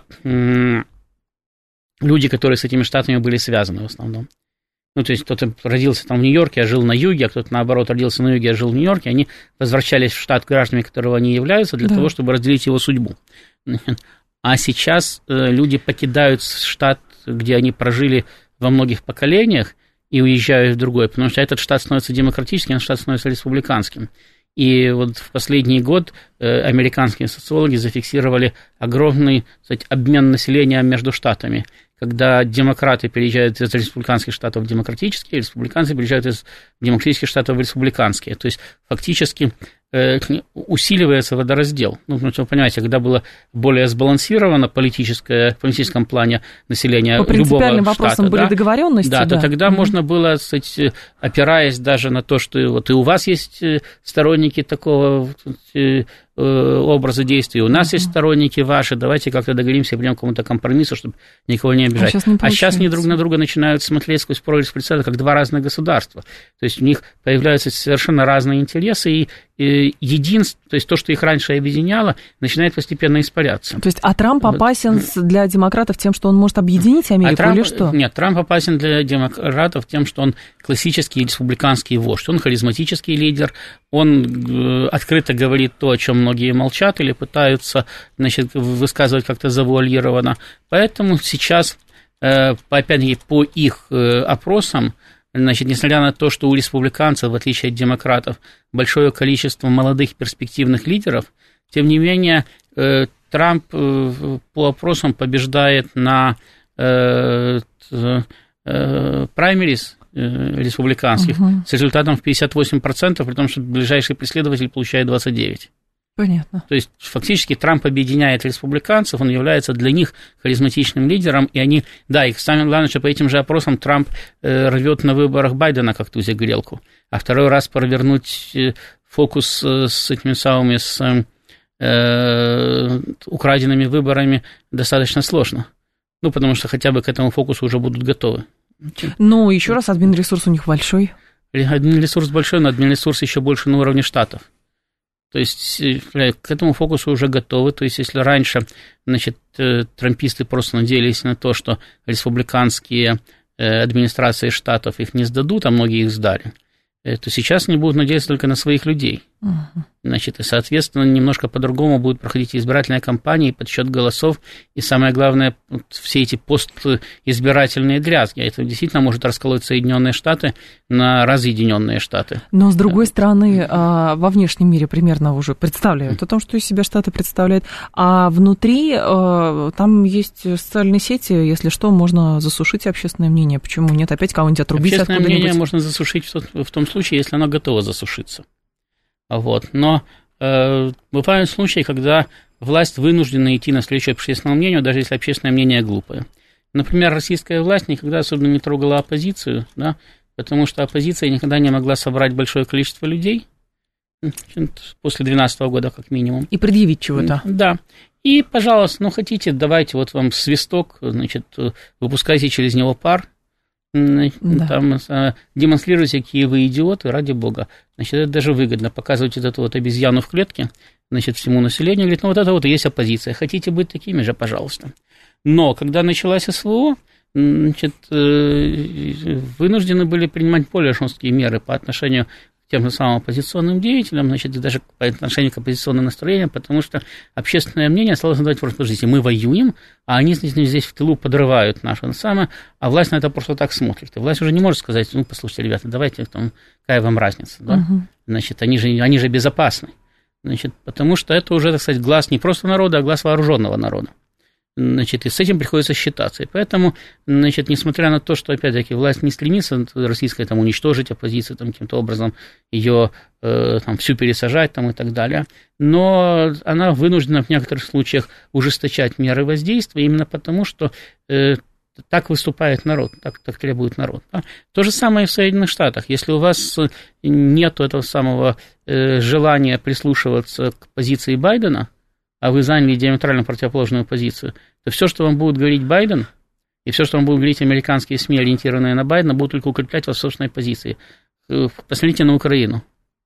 люди, которые с этими штатами были связаны в основном. Ну, то есть кто-то родился там в Нью-Йорке, а жил на юге, а кто-то, наоборот, родился на юге, а жил в Нью-Йорке, они возвращались в штат гражданами, которого они являются, для того, чтобы разделить его судьбу. А сейчас люди покидают штат, где они прожили во многих поколениях, и уезжают в другой, потому что этот штат становится демократическим, а этот штат становится республиканским. И вот в последний год американские социологи зафиксировали огромный, кстати, обмен населения между штатами, когда демократы переезжают из республиканских штатов в демократические, республиканцы переезжают из демократических штатов в республиканские. То есть фактически усиливается водораздел. Ну, вы понимаете, когда было более сбалансировано в политическом плане населения любого штата, по принципиальным вопросам
были договоренности,
то тогда можно было, кстати, опираясь даже на то, что вот и у вас есть сторонники такого образа действия, у нас есть сторонники ваши, давайте как-то договоримся и придем к какому-то компромиссу, чтобы никого не обижать. А сейчас они друг на друга начинают смотреть сквозь прорезь прицела, как два разных государства. То есть у них появляются совершенно разные интересы, и единство, то есть то, что их раньше объединяло, начинает постепенно испаряться.
То есть, а Трамп опасен для демократов тем, что он может объединить Америку, или что?
Нет, Трамп опасен для демократов тем, что он классический республиканский вождь, он харизматический лидер, он открыто говорит то, о чем многие молчат или пытаются, значит, высказывать как-то завуалированно. Поэтому сейчас, опять-таки, по их опросам, значит, несмотря на то, что у республиканцев, в отличие от демократов, большое количество молодых перспективных лидеров, тем не менее, Трамп по опросам побеждает на праймерис республиканских с результатом в 58%, при том, что ближайший преследователь получает 29%.
Понятно.
То есть, фактически, Трамп объединяет республиканцев, он является для них харизматичным лидером, и они, да, и самое главное, что по этим же опросам Трамп рвет на выборах Байдена как тузик грелку, а второй раз провернуть фокус с этими самыми, с украденными выборами достаточно сложно. Ну, потому что хотя бы к этому фокусу уже будут готовы.
Ну, еще раз, админресурс у них большой.
Админресурс большой, но админресурс еще больше на уровне штатов. То есть к этому фокусу уже готовы. То есть если раньше, значит, трамписты просто надеялись на то, что республиканские администрации штатов их не сдадут, а многие их сдали, то сейчас они будут надеяться только на своих людей. Значит, и, соответственно, немножко по-другому будет проходить избирательная кампания, подсчет голосов, и самое главное, все эти постизбирательные дрязги. Это действительно может расколоть Соединенные Штаты на разъединенные Штаты.
Но, с другой стороны, во внешнем мире примерно уже представляют о том, что из себя Штаты представляют, а внутри там есть социальные сети, если что, можно засушить общественное мнение. Почему нет? Опять кого-нибудь отрубить
откуда-нибудь? Общественное мнение можно засушить в том случае, если оно готово засушиться. Вот. Но бывают случаи, когда власть вынуждена идти навстречу общественному мнению, даже если общественное мнение глупое. Например, российская власть никогда особенно не трогала оппозицию, да, потому что оппозиция никогда не могла собрать большое количество людей, после 2012 года как минимум.
И предъявить чего-то.
Да. И, пожалуйста, хотите, давайте вот вам свисток, значит, выпускайте через него пар, там демонстрируйте, какие вы идиоты, ради бога. Значит, это даже выгодно, показывать вот эту вот обезьяну в клетке, значит, всему населению, говорит, ну, вот это вот и есть оппозиция, хотите быть такими же, пожалуйста. Но, когда началась СВО, значит, вынуждены были принимать более жесткие меры по отношению к тем же самым оппозиционным деятелям, значит, и даже по отношению к оппозиционным настроениям, потому что общественное мнение стало задавать вопрос, подождите, мы воюем, а они здесь в тылу подрывают наше самое, а власть на это просто так смотрит. И власть уже не может сказать, ну, послушайте, ребята, давайте, там, какая вам разница, да? Значит, они же безопасны, значит, потому что это уже, так сказать, глаз не просто народа, а глаз вооруженного народа. Значит, и с этим приходится считаться. И поэтому, значит, несмотря на то, что, опять-таки, власть не стремится российская там, уничтожить оппозицию, там, каким-то образом ее там, всю пересажать там, и так далее, но она вынуждена в некоторых случаях ужесточать меры воздействия именно потому, что так выступает народ, так требует народ. Да? То же самое и в Соединенных Штатах. Если у вас нет этого самого желания прислушиваться к позиции Байдена, а вы заняли диаметрально противоположную позицию, то все, что вам будет говорить Байден, и все, что вам будут говорить американские СМИ, ориентированные на Байдена, будут только укреплять вас в собственной позиции. Посмотрите на Украину.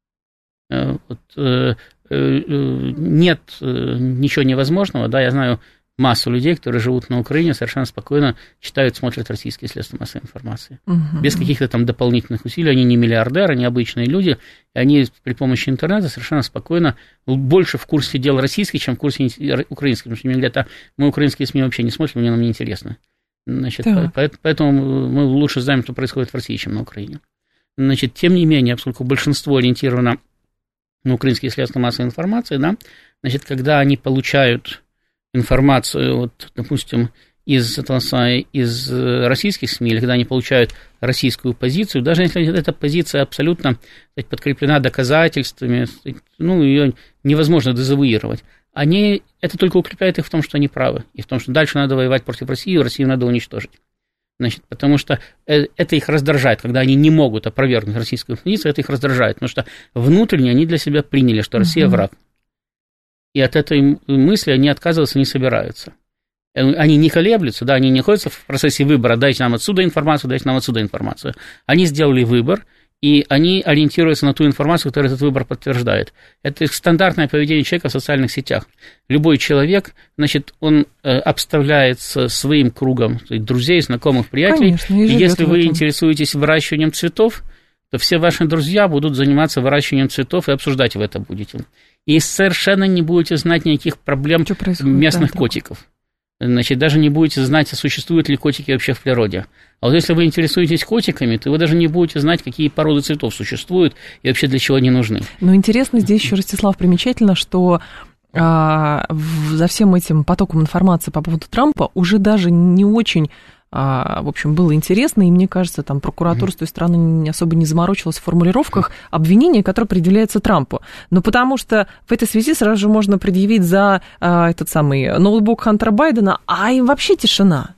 Нет ничего невозможного, да, я знаю массу людей, которые живут на Украине, совершенно спокойно читают, смотрят российские средства массовой информации. Без каких-то там дополнительных усилий. Они не миллиардеры, они обычные люди. И они при помощи интернета совершенно спокойно больше в курсе дел российских, чем в курсе украинских. Потому что мне говорят, мы украинские СМИ вообще не смотрим, нам не интересно. Значит, поэтому мы лучше знаем, что происходит в России, чем на Украине. Значит, тем не менее, поскольку большинство ориентировано на украинские средства массовой информации, да, значит, когда они получают информацию, вот, допустим, из российских СМИ, или когда они получают российскую позицию, даже если эта позиция абсолютно, сказать, подкреплена доказательствами, ну, ее невозможно дезавуировать, это только укрепляет их в том, что они правы, и в том, что дальше надо воевать против России, и Россию надо уничтожить. Значит, потому что это их раздражает, когда они не могут опровергнуть российскую позицию, это их раздражает, потому что внутренне они для себя приняли, что Россия враг. И от этой мысли они отказываться не собираются. Они не колеблются, да, они не находятся в процессе выбора, дайте нам отсюда информацию, дайте нам отсюда информацию. Они сделали выбор, и они ориентируются на ту информацию, которая этот выбор подтверждает. Это стандартное поведение человека в социальных сетях. Любой человек, значит, он обставляется своим кругом друзей, знакомых, приятелей. Конечно, и если вы интересуетесь выращиванием цветов, то все ваши друзья будут заниматься выращиванием цветов и обсуждать вы это будете. И совершенно не будете знать никаких проблем местных котиков. Значит, даже не будете знать, существуют ли котики вообще в природе. А вот если вы интересуетесь котиками, то вы даже не будете знать, какие породы цветов существуют и вообще для чего они нужны.
Но интересно здесь еще, Ростислав, примечательно, что за всем этим потоком информации по поводу Трампа уже даже не очень... в общем, было интересно, и мне кажется, там прокуратура с той стороны особо не заморочилась в формулировках обвинения, которые предъявляются Трампу. Но потому что в этой связи сразу же можно предъявить за этот самый ноутбук Хантера Байдена, а им вообще тишина.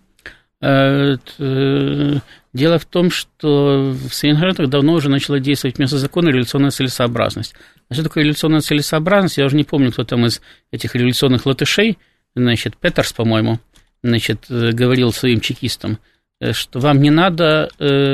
Дело в том, что в Соединенных Штатах давно уже начала действовать вместо закона революционная целесообразность. А что такое революционная целесообразность? Я уже не помню, кто там из этих революционных латышей, значит, Петерс, по-моему, значит, говорил своим чекистам, что вам не надо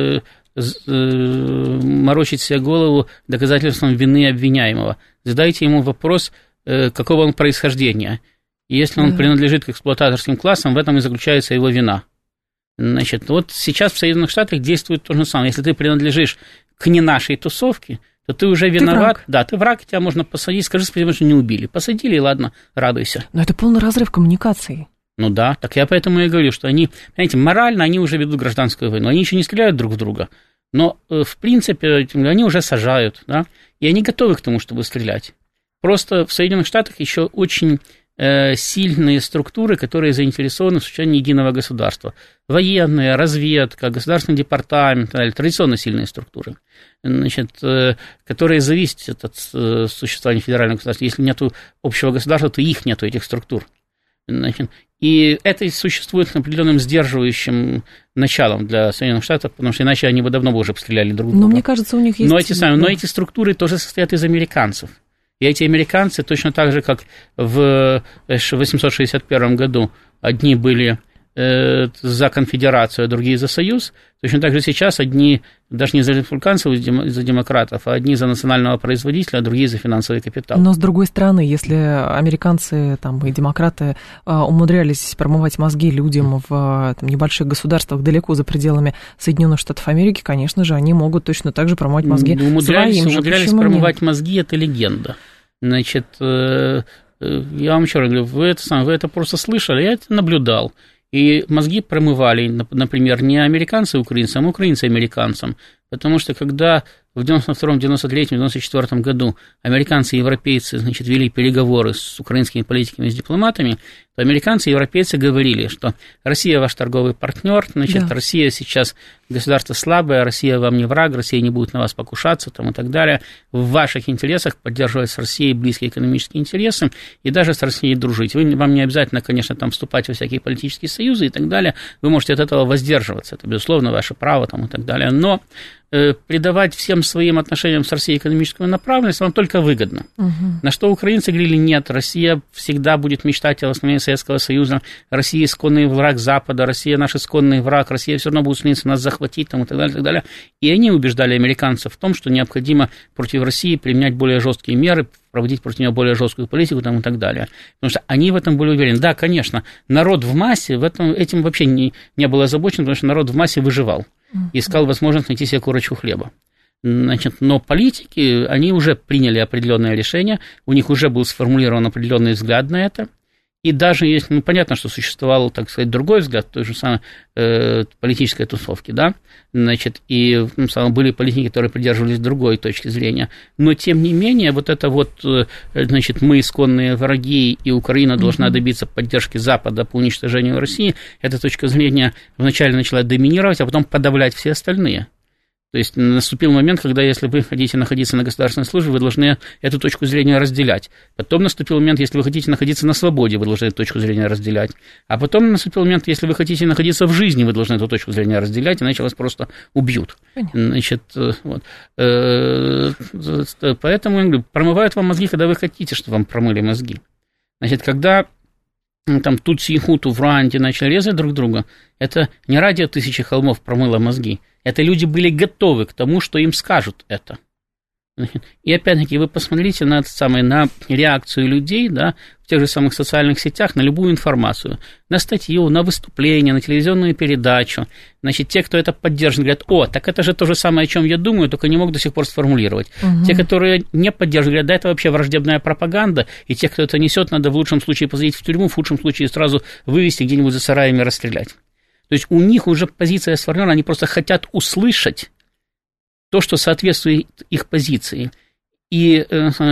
морочить себе голову доказательством вины обвиняемого. Задайте ему вопрос, какого он происхождения. И если он принадлежит к эксплуататорским классам, в этом и заключается его вина. Значит, вот сейчас в Соединенных Штатах действует то же самое. Если ты принадлежишь к не нашей тусовке, то ты уже виноват. Ты враг. Да, ты враг, тебя можно посадить. Скажи спасибо, что не убили. Посадили, и ладно, радуйся.
Но это полный разрыв коммуникации.
Ну да, так я поэтому и говорю, что они, понимаете, морально они уже ведут гражданскую войну, они еще не стреляют друг в друга, но, в принципе, они уже сажают, да, и они готовы к тому, чтобы стрелять. Просто в Соединенных Штатах еще очень сильные структуры, которые заинтересованы в существовании единого государства. Военные, разведка, государственный департамент, традиционно сильные структуры, значит, которые зависят от существования федерального государства. Если нет общего государства, то их нет, этих структур. Значит, и это существует определенным сдерживающим началом для Соединенных Штатов, потому что иначе они бы давно бы уже обстреляли друг друга.
Но мне кажется, у них есть...
Но эти структуры тоже состоят из американцев. И эти американцы точно так же, как в 1861 году одни были за конфедерацию, а другие за союз. Точно так же сейчас одни даже не за республиканцев, за демократов, а одни за национального производителя, а другие за финансовый капитал.
Но, с другой стороны, если американцы там, и демократы умудрялись промывать мозги людям в там, небольших государствах далеко за пределами Соединенных Штатов Америки, конечно же, они могут точно так же промывать мозги
умудрялись промывать мозги, это легенда. Значит, я вам еще раз говорю, вы это просто слышали, я это наблюдал. И мозги промывали, например, не американцы украинцам, а украинцы американцам. Потому что когда в 92-м, 93-м, 94-м году американцы и европейцы, значит, вели переговоры с украинскими политиками и с дипломатами, то американцы и европейцы говорили, что Россия ваш торговый партнер, значит, да. Россия сейчас государство слабое, Россия вам не враг, Россия не будет на вас покушаться там, и так далее. В ваших интересах поддерживать с Россией близкие экономические интересы и даже с Россией дружить. Вам не обязательно, конечно, там вступать во всякие политические союзы и так далее. Вы можете от этого воздерживаться. Это, безусловно, ваше право там, и так далее. Но придавать всем своим отношениям с Россией экономическую направленность вам только выгодно. На что украинцы говорили, нет, Россия всегда будет мечтать о восстановлении Советского Союза, Россия исконный враг Запада, Россия наш исконный враг, Россия все равно будет стремиться нас захватить там, и так далее, и так далее. И они убеждали американцев в том, что необходимо против России применять более жесткие меры, проводить против нее более жесткую политику там, и так далее. Потому что они в этом были уверены. Да, конечно, народ в массе этим вообще не был озабочен, потому что народ в массе выживал. Искал возможность найти себе корочку хлеба. Значит, но политики, они уже приняли определенное решение, у них уже был сформулирован определенный взгляд на это. И даже если, понятно, что существовал, так сказать, другой взгляд той же самой политической тусовки, да, значит, и были политики, которые придерживались другой точки зрения, но, тем не менее, вот это вот, значит, мы исконные враги, и Украина должна добиться поддержки Запада по уничтожению России, эта точка зрения вначале начала доминировать, а потом подавлять все остальные. То есть наступил момент, когда, если вы хотите находиться на государственной службе, вы должны эту точку зрения разделять. Потом наступил момент, если вы хотите находиться на свободе, вы должны эту точку зрения разделять. А потом наступил момент, если вы хотите находиться в жизни, вы должны эту точку зрения разделять, иначе вас просто убьют. Значит, вот. Поэтому я говорю, промывают вам мозги, когда вы хотите, чтобы вам промыли мозги. Значит, когда там Тутси и Хуту в Руанде начали резать друг друга, это не ради тысячи холмов промыло мозги. Это люди были готовы к тому, что им скажут это. И опять-таки вы посмотрите на реакцию людей, да, в тех же самых социальных сетях на любую информацию, на статью, на выступление, на телевизионную передачу. Значит, те, кто это поддерживает, говорят, так это же то же самое, о чем я думаю, только не мог до сих пор сформулировать. Те, которые не поддерживают, говорят, да, это вообще враждебная пропаганда, и те, кто это несет, надо в лучшем случае посадить в тюрьму, в худшем случае сразу вывести где-нибудь за сараями и расстрелять. То есть у них уже позиция сформирована, они просто хотят услышать то, что соответствует их позиции, и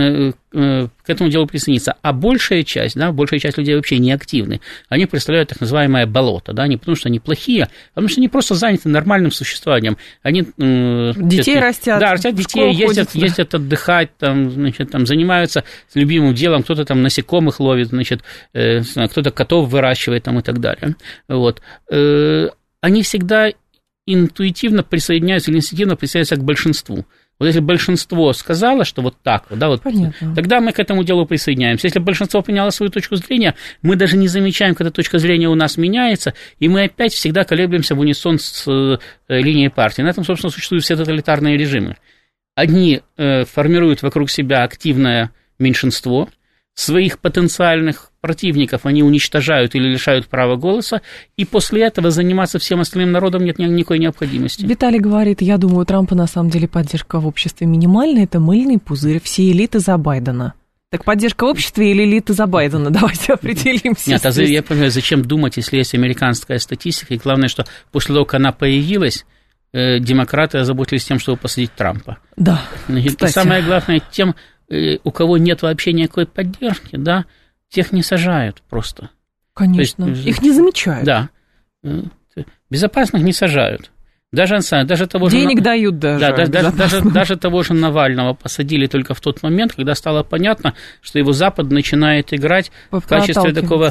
к этому делу присоединиться. А большая часть людей вообще не активны. Они представляют так называемое болото, да, не потому что они плохие, а потому что они просто заняты нормальным существованием. Они
детей растят.
Да, растят детей, ездят отдыхать, там, значит, там, занимаются любимым делом, кто-то там насекомых ловит, значит, кто-то котов выращивает там, и так далее. Вот. Они всегда интуитивно присоединяются или инстинктивно присоединяются к большинству. Вот если большинство сказало, что вот так, да, вот, тогда мы к этому делу присоединяемся. Если большинство приняло свою точку зрения, мы даже не замечаем, когда точка зрения у нас меняется, и мы опять всегда колеблемся в унисон с линией партии. На этом, собственно, существуют все тоталитарные режимы. Одни формируют вокруг себя активное меньшинство, своих потенциальных противников они уничтожают или лишают права голоса, и после этого заниматься всем остальным народом нет никакой необходимости.
Виталий говорит, я думаю, у Трампа на самом деле поддержка в обществе минимальная, это мыльный пузырь, все элиты за Байдена. Так поддержка в обществе или элиты за Байдена? Давайте определимся.
Нет, я понимаю, зачем думать, если есть американская статистика, и главное, что после того, как она появилась, демократы озаботились тем, чтобы посадить Трампа.
Да,
кстати. Самое главное, тем, у кого нет вообще никакой поддержки, да, тех не сажают просто.
Конечно, есть, их не замечают.
Да, безопасных не сажают. Даже того
денег дают даже.
Да, даже того же Навального посадили только в тот момент, когда стало понятно, что его Запад начинает играть в качестве такого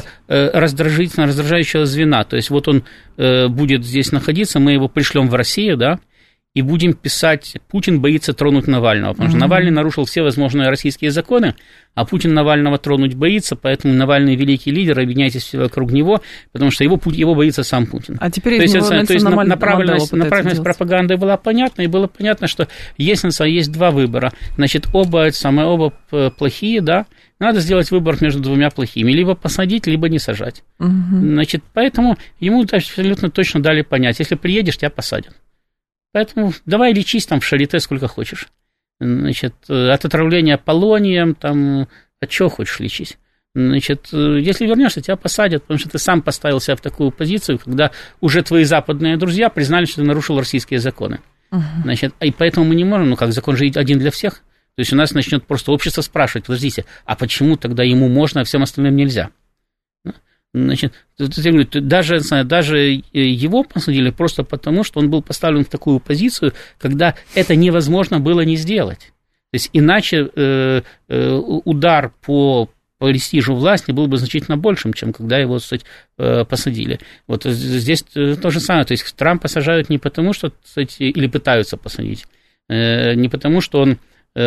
раздражающего звена. То есть вот он будет здесь находиться, мы его пришлем в Россию, да, и будем писать, Путин боится тронуть Навального, потому что Навальный нарушил все возможные российские законы, а Путин Навального тронуть боится, поэтому Навальный великий лидер, объединяйтесь все вокруг него, потому что его боится сам Путин.
А теперь
направленность пропаганды была понятна, и было понятно, что есть два выбора. Значит, оба плохие, да, надо сделать выбор между двумя плохими, либо посадить, либо не сажать. Значит, поэтому ему абсолютно точно дали понять, если приедешь, тебя посадят. Поэтому давай лечись там в Шарите сколько хочешь. Значит, от отравления полонием, там, от чего хочешь лечись. Значит, если вернешься, тебя посадят, потому что ты сам поставил себя в такую позицию, когда уже твои западные друзья признали, что ты нарушил российские законы. Значит, и поэтому мы не можем, закон же один для всех. То есть у нас начнет просто общество спрашивать, подождите, а почему тогда ему можно, а всем остальным нельзя? Значит, даже его посадили просто потому, что он был поставлен в такую позицию, когда это невозможно было не сделать. То есть иначе удар по престижу власти был бы значительно большим, чем когда его, кстати, посадили. Вот здесь то же самое. То есть Трампа сажают не потому, что, кстати, или пытаются посадить, не потому, что он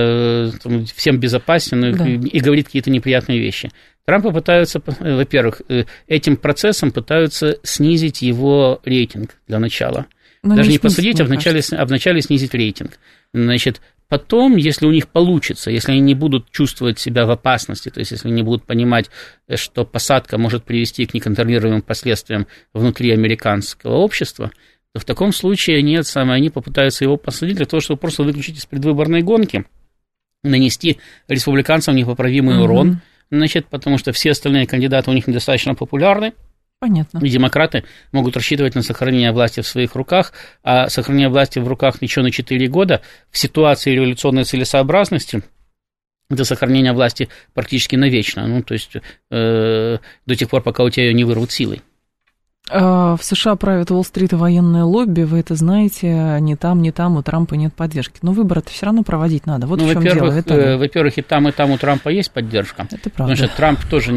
всем безопасен, да, и говорит какие-то неприятные вещи. Трампа пытаются, во-первых, этим процессом пытаются снизить его рейтинг для начала. Но даже не посадить, а вначале снизить рейтинг. Значит, потом, если у них получится, если они не будут чувствовать себя в опасности, то есть если они будут понимать, что посадка может привести к неконтролируемым последствиям внутри американского общества, то в таком случае они попытаются его посадить для того, чтобы просто выключить из предвыборной гонки, нанести республиканцам непоправимый урон, значит, потому что все остальные кандидаты у них недостаточно популярны.
Понятно. И
демократы могут рассчитывать на сохранение власти в своих руках, а сохранение власти в руках еще на 4 года в ситуации революционной целесообразности это сохранение власти практически навечно, то есть до тех пор, пока у тебя ее не вырвут силой.
В США правит Уолл-стрит и военное лобби, вы это знаете, ни там, у Трампа нет поддержки. Но выборы-то все равно проводить надо. Вот в чем дело.
Во-первых, и там у Трампа есть поддержка.
Это правда.
Потому что Трамп тоже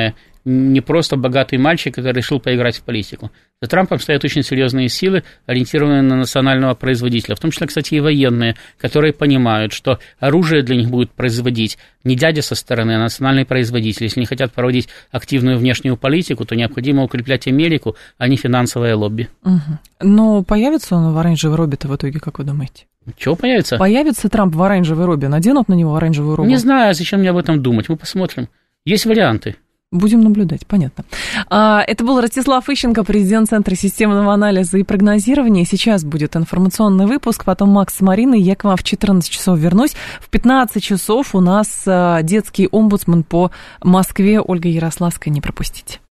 не просто богатый мальчик, который решил поиграть в политику. За Трампом стоят очень серьезные силы, ориентированные на национального производителя, в том числе, кстати, и военные, которые понимают, что оружие для них будет производить не дядя со стороны, а национальный производитель. Если они хотят проводить активную внешнюю политику, то необходимо укреплять Америку, а не финансовое лобби.
Но появится он в оранжевой робе-то в итоге, как вы думаете?
Чего появится?
Появится Трамп в оранжевой робе, наденут на него оранжевую робу?
Не знаю, зачем мне об этом думать, мы посмотрим. Есть варианты.
Будем наблюдать, понятно. Это был Ростислав Ищенко, президент Центра системного анализа и прогнозирования. Сейчас будет информационный выпуск, потом Макс с Мариной. Я к вам в 14 часов вернусь. В 15 часов у нас детский омбудсмен по Москве Ольга Ярославская. Не пропустите.